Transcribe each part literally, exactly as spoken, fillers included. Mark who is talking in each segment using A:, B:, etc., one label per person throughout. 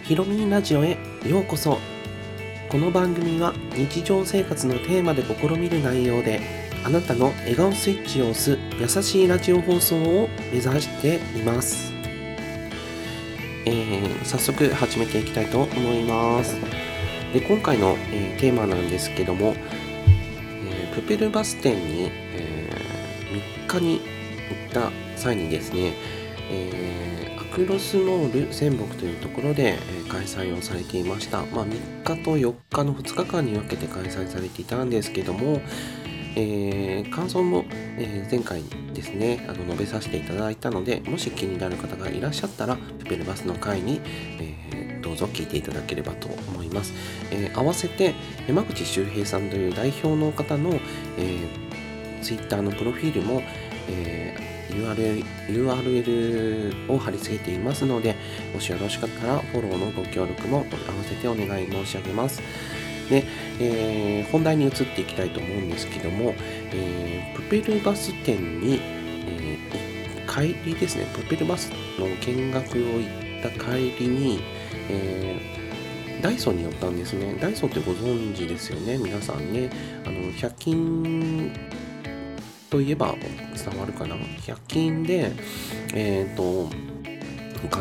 A: ひろみラジオへようこそ。この番組は日常生活のテーマで試みる内容で、あなたの笑顔スイッチを押す優しいラジオ放送を目指しています。えー、早速始めていきたいと思います。で今回の、えー、テーマなんですけども、えー、プペルバス店に、えー、みっかに行った際にですね、えー、アクロスモール仙北というところで、えー、開催をされていました。まあ、みっかとよっかのふつかかんに分けて開催されていたんですけども、えー、感想も、えー、前回ですねあの述べさせていただいたので、もし気になる方がいらっしゃったらプペルバスの会に、えー、どうぞ聞いていただければと思います。えー、合わせて山口周平さんという代表の方の、えー、ツイッターのプロフィールも、えーユーアールエル, ユーアールエル を貼り付けていますので、もしよろしかったらフォローのご協力も合わせてお願い申し上げます。で、えー、本題に移っていきたいと思うんですけども、えー、プペルバス店に、えー、帰りですね、プペルバスの見学を行った帰りに、えー、ダイソーに寄ったんですね。ダイソーってご存知ですよね、皆さんね。あのひゃく均といえば伝わるかな。ひゃく均で、えー、と買った、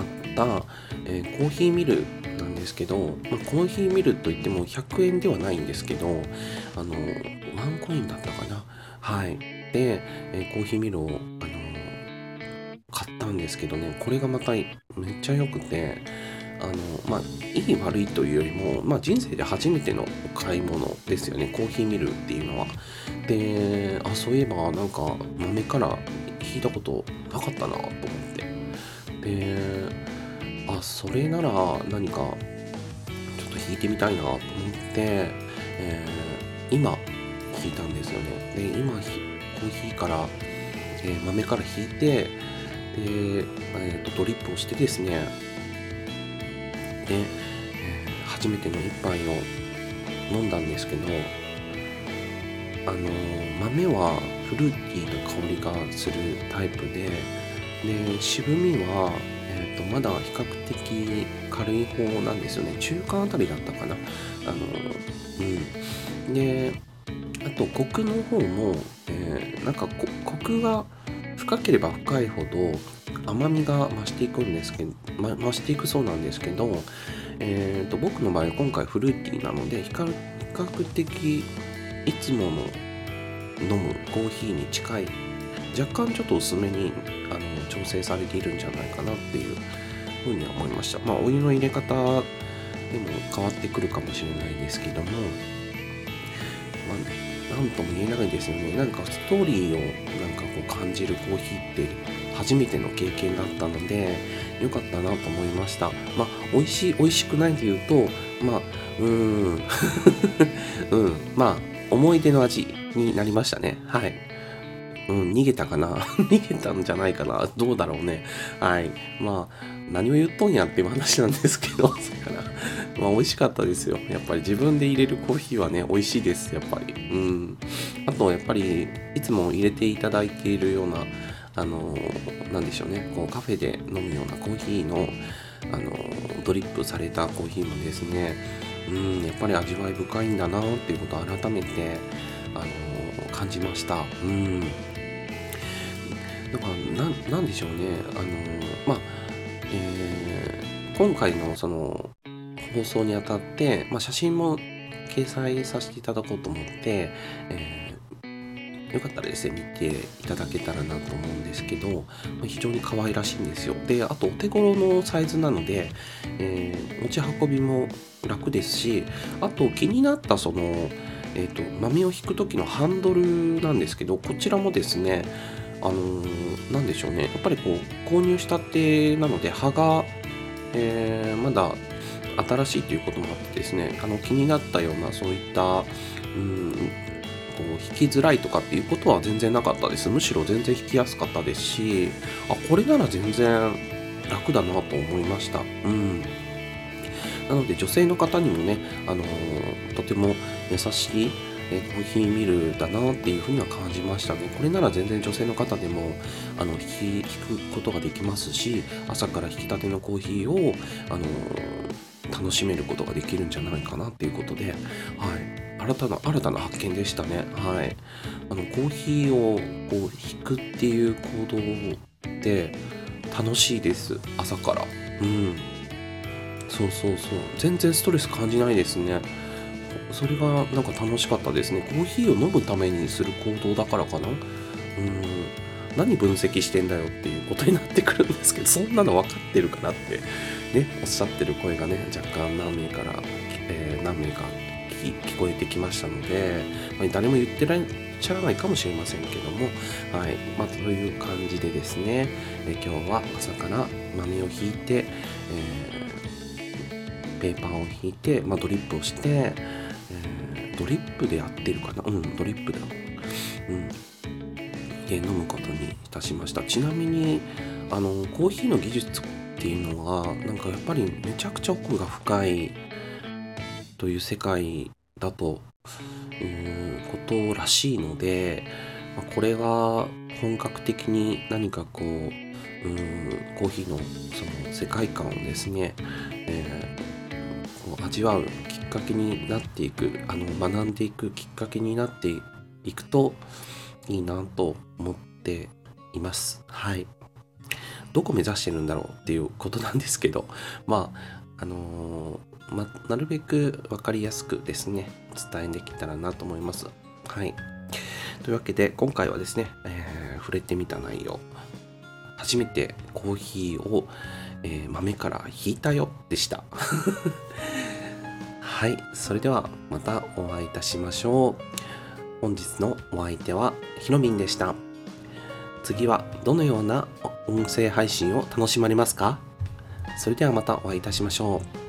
A: えー、コーヒーミルなんですけど、まあ、コーヒーミルといってもひゃくえんではないんですけど、あのワンコインだったかな。はい。で、えー、コーヒーミルを、あの買ったんですけどね、これがまためっちゃ良くて、あのまあいい悪いというよりも、まあ、人生で初めてのお買い物ですよね、コーヒーミルっていうのは。で、あ、そういえばなんか豆から引いたことなかったなと思って、で、あ、それなら何かちょっと引いてみたいなと思って、えー、今引いたんですよね。で、今コーヒーから、えー、豆から引いて、で、えーと、ドリップをしてですね、で、えー、初めての一杯を飲んだんですけど、あのー、豆はフルーティーな香りがするタイプで、で渋みは、えー、とまだ比較的軽い方なんですよね。中間あたりだったかな。あのー、うんであとコクの方も、えー、なんかコクが深ければ深いほど甘みが増していくんですけど、ま、増していくそうなんですけど、えー、と僕の場合今回フルーティーなので比較的いつもの飲むコーヒーに近い、若干ちょっと薄めにあの調整されているんじゃないかなっていうふうには思いました。まあお湯の入れ方でも変わってくるかもしれないですけども、まあ、なんとも言えないですよね。なんかストーリーをなんかこう感じるコーヒーって初めての経験だったので良かったなと思いました。まあ美味しい美味しくないというと、まあうーんうんまあ思い出の味になりましたね。はい。うん、逃げたかな逃げたんじゃないかな、どうだろうね。はい。まあ何を言っとんやっていう話なんですけど、それからまあ美味しかったですよ。やっぱり自分で入れるコーヒーはね美味しいです、やっぱり。うん。あとやっぱりいつも入れていただいているようなあのー、なんでしょうね、こうカフェで飲むようなコーヒーのあのー、ドリップされたコーヒーもですね、うん、やっぱり味わい深いんだなっていうことを改めてあのー、感じました。うん。だからな、なんでしょうね。あのー、まあ、えー、今回のその放送にあたって、まあ、写真も掲載させていただこうと思って、えー、よかったらですね、見ていただけたらなと思うんですけど、非常に可愛らしいんですよ。で、あとお手頃のサイズなので、えー、持ち運びも楽ですし、あと気になったその、えーと、豆を引く時のハンドルなんですけど、こちらもですね、あのー、なんでしょうね、やっぱりこう購入したてなので刃が、えー、まだ新しいということもあってですね、あの気になったようなそういった、うん、こう引きづらいとかっていうことは全然なかったです。むしろ全然引きやすかったですし、あ、これなら全然楽だなと思いました。うん。なので女性の方にもね、あのー、とても優しいえコーヒーミルだなっていうふうには感じましたね。これなら全然女性の方でもあの引き引くことができますし、朝から引き立てのコーヒーをあの楽しめることができるんじゃないかなっていうことで、はい、新たな新たな発見でしたね。はい、あのコーヒーをこう引くっていう行動って楽しいです。朝から。うん。そうそうそう。全然ストレス感じないですね。それがなんか楽しかったですね。コーヒーを飲むためにする行動だからかな。うん。何分析してんだよっていうことになってくるんですけど、そんなの分かってるかなってね、おっしゃってる声がね、若干何名から、えー何名か聞聞こえてきましたので、まあ誰も言ってらっしゃらないかもしれませんけども、はい。まあ、という感じでですね、えー今日は朝から豆をひいて、えーペーパーを引いて、まあ、ドリップをして、えードリップでやってるかな、うんドリップだ、うんで飲むことにいたしました。ちなみにあのコーヒーの技術っていうのはなんかやっぱりめちゃくちゃ奥が深いという世界だということらしいので、まあこれが本格的に何かこう、うーんコーヒーのその世界観をですね、えーこう味わうきっかけになっていく、あの学んでいくきっかけになっていくといいなと思っています。はい。どこ目指してるんだろうっていうことなんですけど、まあ、あのーま、なるべくわかりやすくですね、伝えできたらなと思います。はい。というわけで、今回はですね、えー触れてみた内容、初めてコーヒーを、えー豆からひいたよでした。はい。それではまたお会いいたしましょう。本日のお相手はひろみんでした。次はどのような音声配信を楽しまれますか？それではまたお会いいたしましょう。